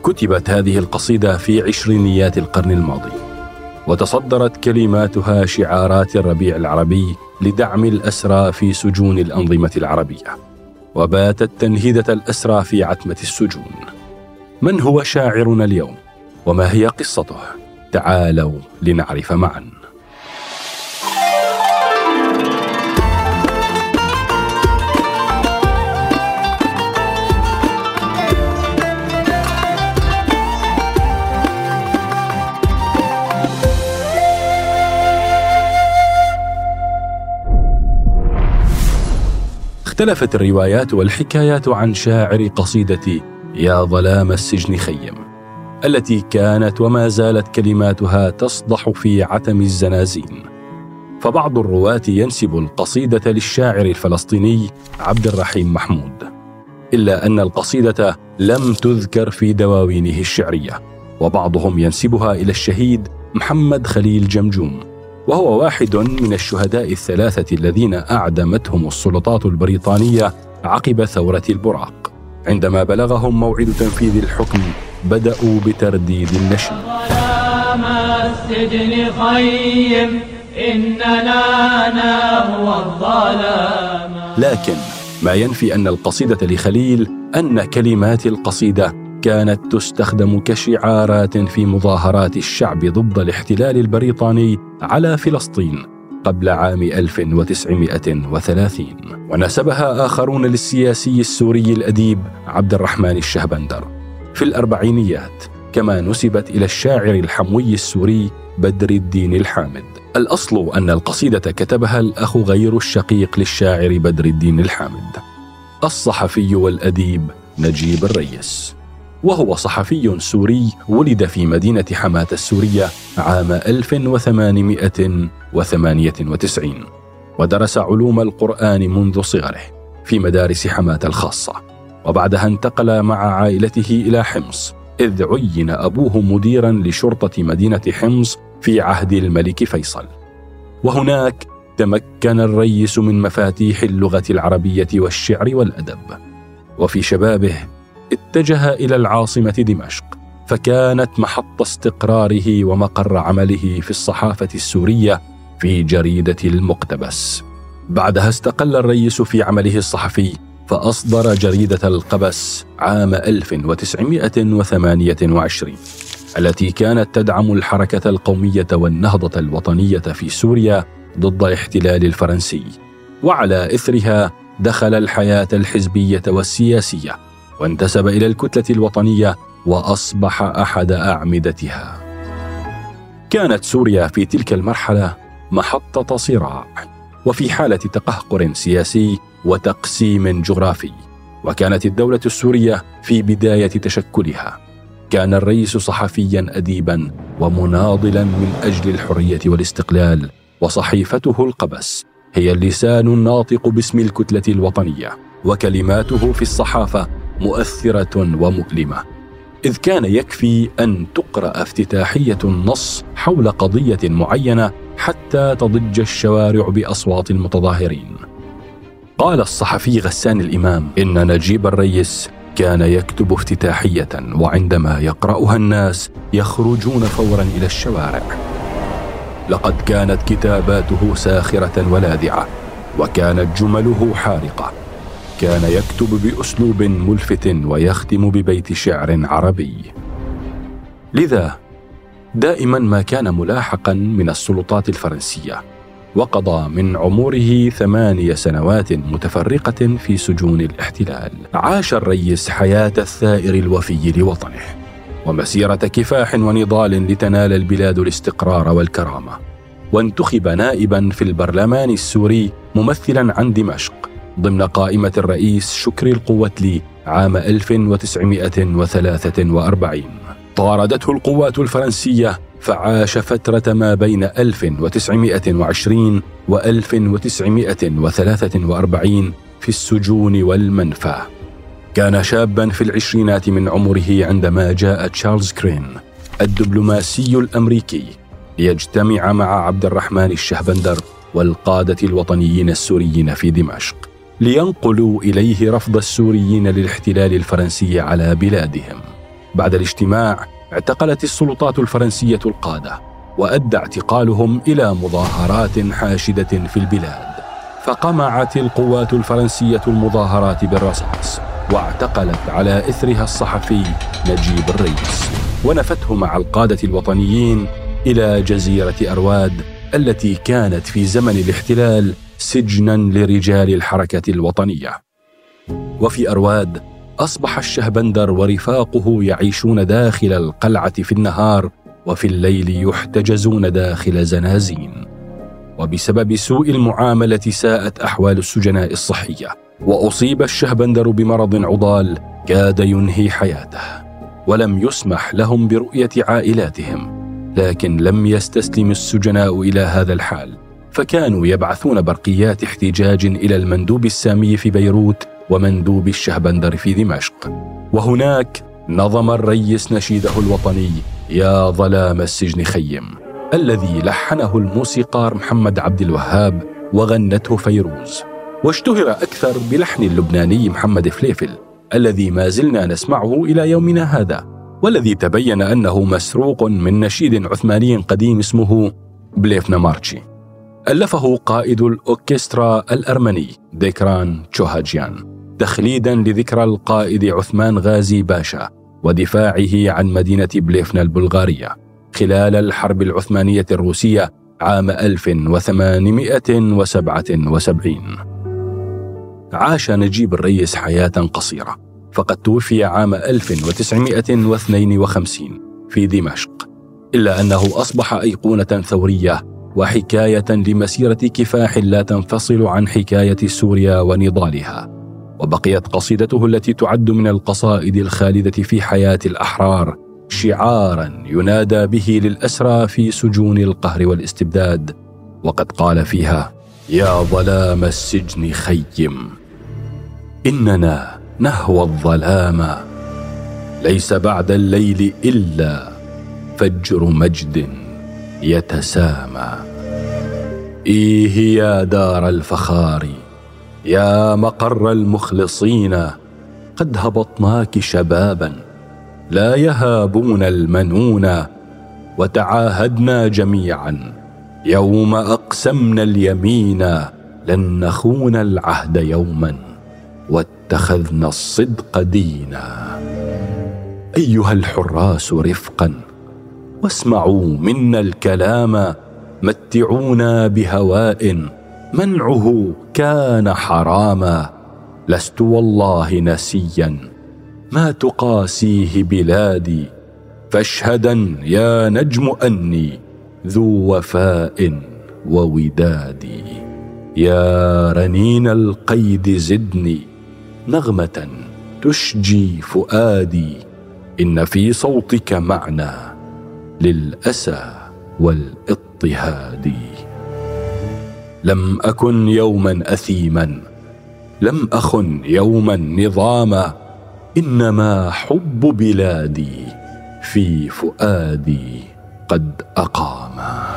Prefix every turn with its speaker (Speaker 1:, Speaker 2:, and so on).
Speaker 1: كتبت هذه القصيدة في عشرينيات القرن الماضي، وتصدرت كلماتها شعارات الربيع العربي لدعم الأسرى في سجون الأنظمة العربية، وباتت تنهيدة الأسرى في عتمة السجون. من هو شاعرنا اليوم؟ وما هي قصته؟ تعالوا لنعرف معا. اختلفت الروايات والحكايات عن شاعر قصيدة يا ظلام السجن خيم، التي كانت وما زالت كلماتها تصدح في عتم الزنازين. فبعض الرواة ينسب القصيدة للشاعر الفلسطيني عبد الرحيم محمود، إلا أن القصيدة لم تذكر في دواوينه الشعرية، وبعضهم ينسبها إلى الشهيد محمد خليل جمجوم، وهو واحد من الشهداء الثلاثة الذين أعدمتهم السلطات البريطانية عقب ثورة البراق. عندما بلغهم موعد تنفيذ الحكم بدأوا بترديد النشيد.
Speaker 2: ظلام السجن خيم إننا نهوى الظلام.
Speaker 1: لكن ما ينفي أن القصيدة لخليل أن كلمات القصيدة كانت تستخدم كشعارات في مظاهرات الشعب ضد الاحتلال البريطاني على فلسطين قبل عام 1930، ونسبها آخرون للسياسي السوري الأديب عبد الرحمن الشهبندر في الأربعينيات، كما نسبت إلى الشاعر الحموي السوري بدر الدين الحامد. الأصل أن القصيدة كتبها الأخ غير الشقيق للشاعر بدر الدين الحامد، الصحفي والأديب نجيب الريس، وهو صحفي سوري ولد في مدينة حماة السورية عام 1898، ودرس علوم القرآن منذ صغره في مدارس حماة الخاصة، وبعدها انتقل مع عائلته إلى حمص، إذ عين أبوه مديرا لشرطة مدينة حمص في عهد الملك فيصل. وهناك تمكن الريس من مفاتيح اللغة العربية والشعر والأدب، وفي شبابه اتجه إلى العاصمة دمشق، فكانت محط استقراره ومقر عمله في الصحافة السورية في جريدة المقتبس. بعدها استقل الريس في عمله الصحفي، فأصدر جريدة القبس عام 1928 التي كانت تدعم الحركة القومية والنهضة الوطنية في سوريا ضد الاحتلال الفرنسي، وعلى إثرها دخل الحياة الحزبية والسياسية، وانتسب إلى الكتلة الوطنية وأصبح أحد أعمدتها. كانت سوريا في تلك المرحلة محطة صراع، وفي حالة تقهقر سياسي وتقسيم جغرافي، وكانت الدولة السورية في بداية تشكلها. كان الرئيس صحفيا أديبا ومناضلا من أجل الحرية والاستقلال، وصحيفته القبس هي اللسان الناطق باسم الكتلة الوطنية، وكلماته في الصحافة مؤثرة ومؤلمة، إذ كان يكفي أن تقرأ افتتاحية النص حول قضية معينة حتى تضج الشوارع بأصوات المتظاهرين. قال الصحفي غسان الإمام إن نجيب الريس كان يكتب افتتاحية، وعندما يقرأها الناس يخرجون فورا إلى الشوارع. لقد كانت كتاباته ساخرة ولاذعة، وكانت جمله حارقة. كان يكتب بأسلوب ملفت ويختم ببيت شعر عربي. لذا دائما ما كان ملاحقا من السلطات الفرنسية، وقضى من عمره 8 سنوات متفرقة في سجون الاحتلال. عاش الريس حياة الثائر الوفي لوطنه، ومسيرة كفاح ونضال لتنال البلاد الاستقرار والكرامة، وانتخب نائبا في البرلمان السوري ممثلا عن دمشق ضمن قائمة الرئيس شكري القوتلي عام 1943. طاردته القوات الفرنسية، فعاش فترة ما بين 1920 و 1943 في السجون والمنفى. كان شابا في العشرينات من عمره عندما جاء تشارلز كرين الدبلوماسي الأمريكي ليجتمع مع عبد الرحمن الشهبندر والقادة الوطنيين السوريين في دمشق، لينقلوا إليه رفض السوريين للاحتلال الفرنسي على بلادهم. بعد الاجتماع اعتقلت السلطات الفرنسية القادة، وأدى اعتقالهم إلى مظاهرات حاشدة في البلاد، فقمعت القوات الفرنسية المظاهرات بالرصاص، واعتقلت على إثرها الصحفي نجيب الريس، ونفته مع القادة الوطنيين إلى جزيرة أرواد التي كانت في زمن الاحتلال سجناً لرجال الحركة الوطنية. وفي أرواد أصبح الشهبندر ورفاقه يعيشون داخل القلعة في النهار، وفي الليل يحتجزون داخل زنازين. وبسبب سوء المعاملة ساءت أحوال السجناء الصحية، وأصيب الشهبندر بمرض عضال كاد ينهي حياته، ولم يسمح لهم برؤية عائلاتهم. لكن لم يستسلم السجناء إلى هذا الحال، فكانوا يبعثون برقيات احتجاج إلى المندوب السامي في بيروت ومندوب الشهبندر في دمشق. وهناك نظم الريس نشيده الوطني يا ظلام السجن خيم، الذي لحنه الموسيقار محمد عبد الوهاب وغنته فيروز، واشتهر أكثر بلحن اللبناني محمد فليفل الذي ما زلنا نسمعه إلى يومنا هذا، والذي تبين أنه مسروق من نشيد عثماني قديم اسمه بليفنا مارتشي، ألفه قائد الأوركسترا الأرمني ديكران تشوهاجيان تخليداً لذكرى القائد عثمان غازي باشا ودفاعه عن مدينة بليفنا البلغارية خلال الحرب العثمانية الروسية عام 1877. عاش نجيب الريس حياة قصيرة، فقد توفي عام 1952 في دمشق، إلا أنه أصبح أيقونة ثورية وحكاية لمسيرة كفاح لا تنفصل عن حكاية سوريا ونضالها. وبقيت قصيدته التي تعد من القصائد الخالدة في حياة الأحرار شعاراً ينادى به للأسرى في سجون القهر والاستبداد، وقد قال فيها يا ظلام السجن خيم، إننا نهوى الظلام، ليس بعد الليل إلا فجر مجد يتسامى. إيه يا دار الفخار، يا مقر المخلصين، قد هبطناك شبابا لا يهابون المنون، وتعاهدنا جميعا يوم أقسمنا اليمين لن نخون العهد يوما، واتخذنا الصدق دينا. أيها الحراس رفقا، واسمعوا منا الكلام، متعونا بهواء منعه كان حراما، لست والله نسيا ما تقاسيه بلادي، فاشهدا يا نجم أني ذو وفاء وودادي. يا رنين القيد زدني نغمة تشجي فؤادي، إن في صوتك معنى للأسى والاضطهاد. لم أكن يوما أثيما، لم أخن يوما نظاما، إنما حب بلادي في فؤادي قد أقاما.